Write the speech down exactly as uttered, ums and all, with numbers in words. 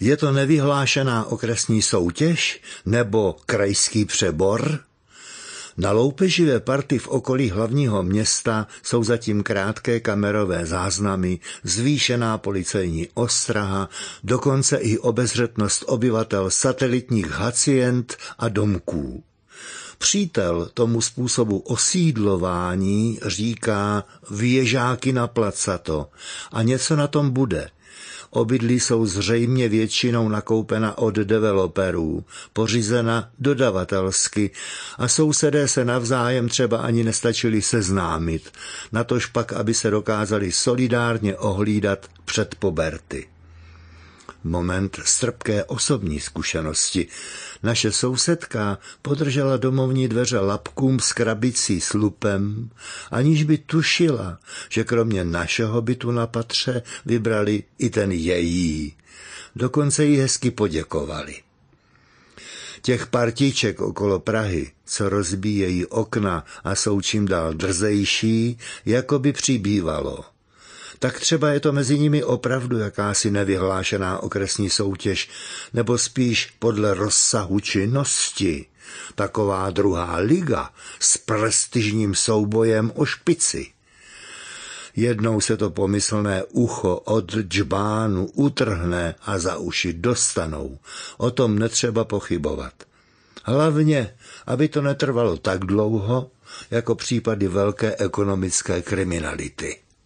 Je to nevyhlášená okresní soutěž nebo krajský přebor? Na loupeživé party v okolí hlavního města jsou zatím krátké kamerové záznamy, zvýšená policejní ostraha, dokonce i obezřetnost obyvatel satelitních hacient a domků. Přítel tomu způsobu osídlování říká věžáky na placato a něco na tom bude. Obydlí jsou zřejmě většinou nakoupena od developerů, pořízena dodavatelsky a sousedé se navzájem třeba ani nestačili seznámit, natož pak, aby se dokázali solidárně ohlídat před poberty. Moment strpké osobní zkušenosti. Naše sousedka podržela domovní dveře lapkům s krabicí s lupem, aniž by tušila, že kromě našeho bytu na patře vybrali i ten její. Dokonce jí hezky poděkovali. Těch partiček okolo Prahy, co rozbíjejí okna a jsou čím dál drzejší, jako by přibývalo. Tak třeba je to mezi nimi opravdu jakási nevyhlášená okresní soutěž, nebo spíš podle rozsahu činnosti. Taková druhá liga s prestižním soubojem o špici. Jednou se to pomyslné ucho od džbánu utrhne a za uši dostanou. O tom netřeba pochybovat. Hlavně, aby to netrvalo tak dlouho, jako případy velké ekonomické kriminality.